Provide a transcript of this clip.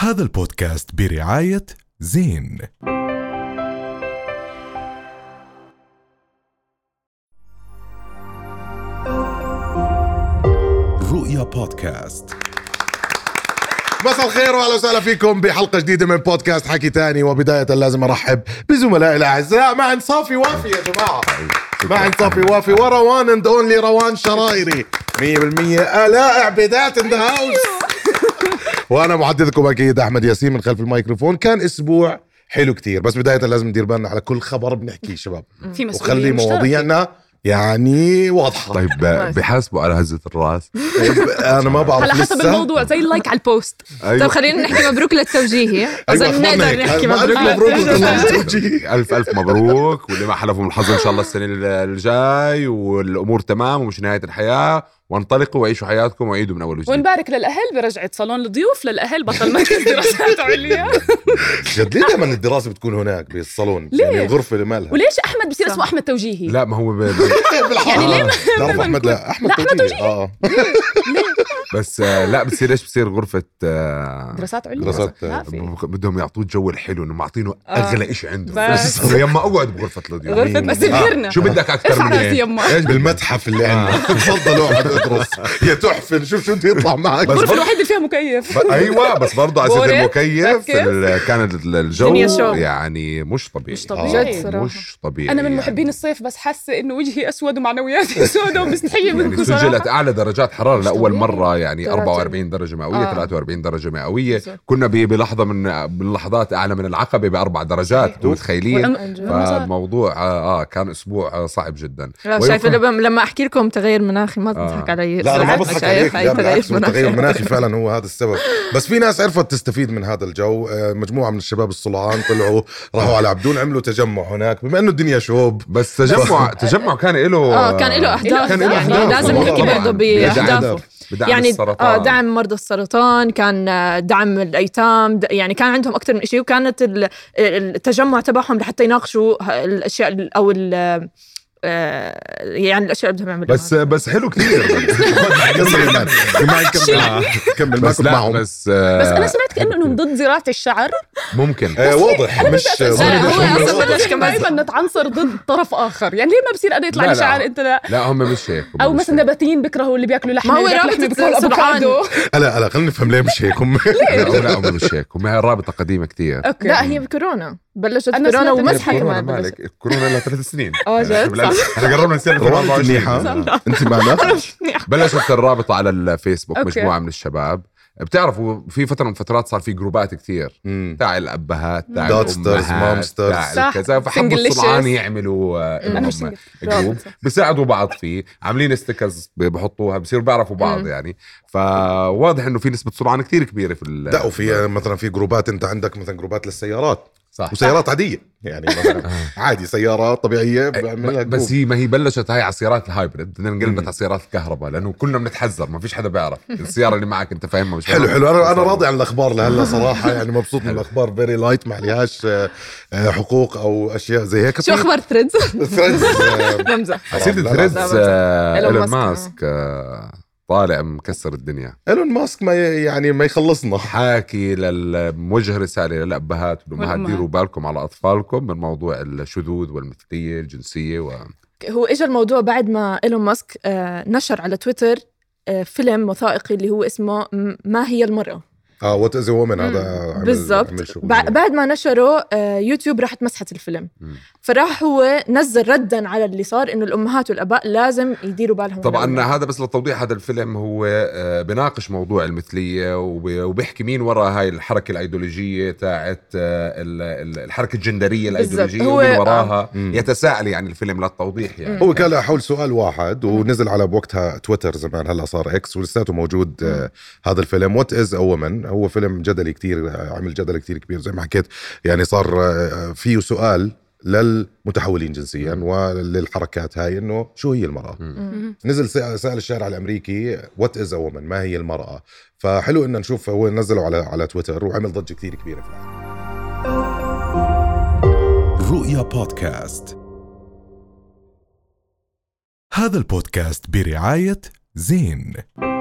هذا البودكاست برعاية زين. رؤيا بودكاست. مساء الخير واهلا وسهلا فيكم بحلقة جديدة من بودكاست حكي تاني. وبداية لازم ارحب بزملائي الاعزاء معن صافي وافي يا جماعة، معن صافي وافي وروان اند اونلي روان شرايري 100% آلاء عبيدات ان ذا هاوس. وانا محدثكم اكيد احمد ياسين من خلف الميكروفون. كان اسبوع حلو كتير، بس بداية لازم ندير بالنا على كل خبر بنحكيه شباب، وخلي مواضيعنا يعني واضحة. طيب بحاسبوا على هزة الراس. أنا ما بعرف على حسب الموضوع زي اللايك على البوست. أيوة. طيب خلينا نحكي مبروك للتوجيهي. أظن نقدر نحكي مبروك. ألف مبروك، واللي ما حلفوا من الحظ إن شاء الله السنة الجاي والأمور تمام ومش نهاية الحياة، وانطلقوا وعيشوا حياتكم وعيدوا من أول وجديد. ونبارك للأهل برجعة صالون الضيوف للأهل بطل مركز دراسات عليا. جد ليه دائما الدراسة بتكون هناك بالصالون؟ يعني الغرفة اللي مالها. وليش أحمد بصير اسمه أحمد توجيهي؟ لا ما هو يعني ليه تعرف أحمد؟ لا أحمد توجيهي. بس لا بتصير ايش بتصير غرفة دراسات عليا. دراسات بدهم يعطوه الجو الحلو انه معطينه اغلى إشي عنده. يما اقعد بغرفة الضيوف. غرفة بس كبرنا. شو بدك اكثر من هيك؟ ايش بالمتحف اللي عندنا؟ تفضل اقعد ادرس يا تحفن. شوف شو يطلع معك. الغرفة الوحيدة اللي فيها مكيف. ايوه بس برضه عزيز المكيف كان الجو يعني مش طبيعي. انا من محبين الصيف، بس حاسه انه وجهي اسود ومعنوياتي سوداء ومستحيه منكم صراحه. سجلت اعلى درجات حراره لاول مره، يعني 44 درجه مئويه 43 درجه مئويه. كنا بلحظه من اللحظات اعلى من العقبه ب4 درجات. انتم متخيلين؟ فالموضوع كان اسبوع صعب جدا. شايفه لما احكي لكم تغير مناخي ما تضحك علي. لا ما بضحك عليك، تغير مناخي فعلا هو هذا السبب. بس في ناس عرفت تستفيد من هذا الجو. مجموعه من الشباب الصلعان طلعوا راحوا على عبدون، عملوا تجمع هناك بما انه الدنيا شوب. بس تجمع كان له اهداف. يعني لازم نحكي برضه باهدافه. يعني دعم مرضى السرطان، كان دعم الأيتام، يعني كان عندهم أكتر من شيء. وكانت التجمع تبعهم لحتى يناقشوا الأشياء أو يعني الأشياء اللي بدهم يعملوها. بس حلو كثير. كمل بس معهم. بس أنا سمعت كأنهم ضد زراعة الشعر. ممكن واضح مش دائما نتعنصر ضد طرف آخر. يعني ليه ما بصير أنا يطلع لي شعر أنت لا هم مش هيك. أو مثلا نباتيين بيكرهوا اللي بياكلوا لحمة. ما هو رابطة لا خلينا نفهم ليه مش هيك. لا هم مش هيك، هم هي الرابطة قديمة كتير. لا هي بكورونا بلشت كورونا ومسحة كمان. مالك كورونا لها 3 سنين. جد احنا قربنا نصير 24. انت معنا. بلشت الرابطة على الفيسبوك. مجموعة من الشباب بتعرفوا في فترة من فترات صار في جروبات كتير تاع الأبهات تاع الأمهات تاع كذا، فحبوا الصلعان يعملوا جروب بيساعدوا بعض فيه، عاملين استيكرز بحطوها، بصيروا بيعرفوا بعض يعني. فواضح إنه في نسبة صلعان كتير كبيرة في لا وفي مثلا في جروبات، أنت عندك مثلا جروبات للسيارات صح. وسيارات عادية يعني مثلا عادي سيارات طبيعية بس ما هي بلشت هاي على السيارات الهايبريد، بدنا نقلبت على السيارات الكهرباء لأنه كلنا بنتحذر، ما فيش حدا بيعرف السيارة اللي معك أنت فاهمها مش حلو. أنا راضي عن الأخبار لهلا صراحة، يعني مبسوط من الأخبار فيري لايت، ما عليهاش حقوق أو أشياء زي هيك. شو أخبار ثريدز؟ بمزح ثريدز إيلون ماسك طالع مكسر الدنيا. إيلون ماسك ما يخلصنا. حاكي موجه رسالة للأبهات والأمهات، ديروا بالكم على أطفالكم من موضوع الشذوذ والمثلية الجنسية هو إجا الموضوع بعد ما إيلون ماسك نشر على تويتر فيلم وثائقي اللي هو اسمه ما هي المرأة. What is a woman. هذا بالضبط. بعد ما نشره يوتيوب راحت مسحت الفيلم. فراح هو نزل ردا على اللي صار إنه الأمهات والأباء لازم يديروا بالهم. طبعا هذا بس للتوضيح، هذا الفيلم هو بناقش موضوع المثلية وبيحكي مين وراء هاي الحركة الأيديولوجية تاعت الحركة الجندرية الأيديولوجية ومين وراها. يتساءل يعني الفيلم للتوضيح يعني. هو كان حول سؤال واحد ونزل على بوقتها تويتر زمان، هلا صار إكس ولساته موجود. هذا الفيلم What is a woman هو فيلم جدلي كتير، عمل جدل كتير كبير زي ما حكيت. يعني صار فيه سؤال للمتحولين جنسيا وللحركات هاي إنه شو هي المرأة. نزل سأل الشارع الأمريكي What is a woman، ما هي المرأة. فحلو إن نشوف، هو نزله على تويتر وعمل ضجة كتير كبيرة في العالم. رؤيا بودكاست. هذا البودكاست برعاية زين.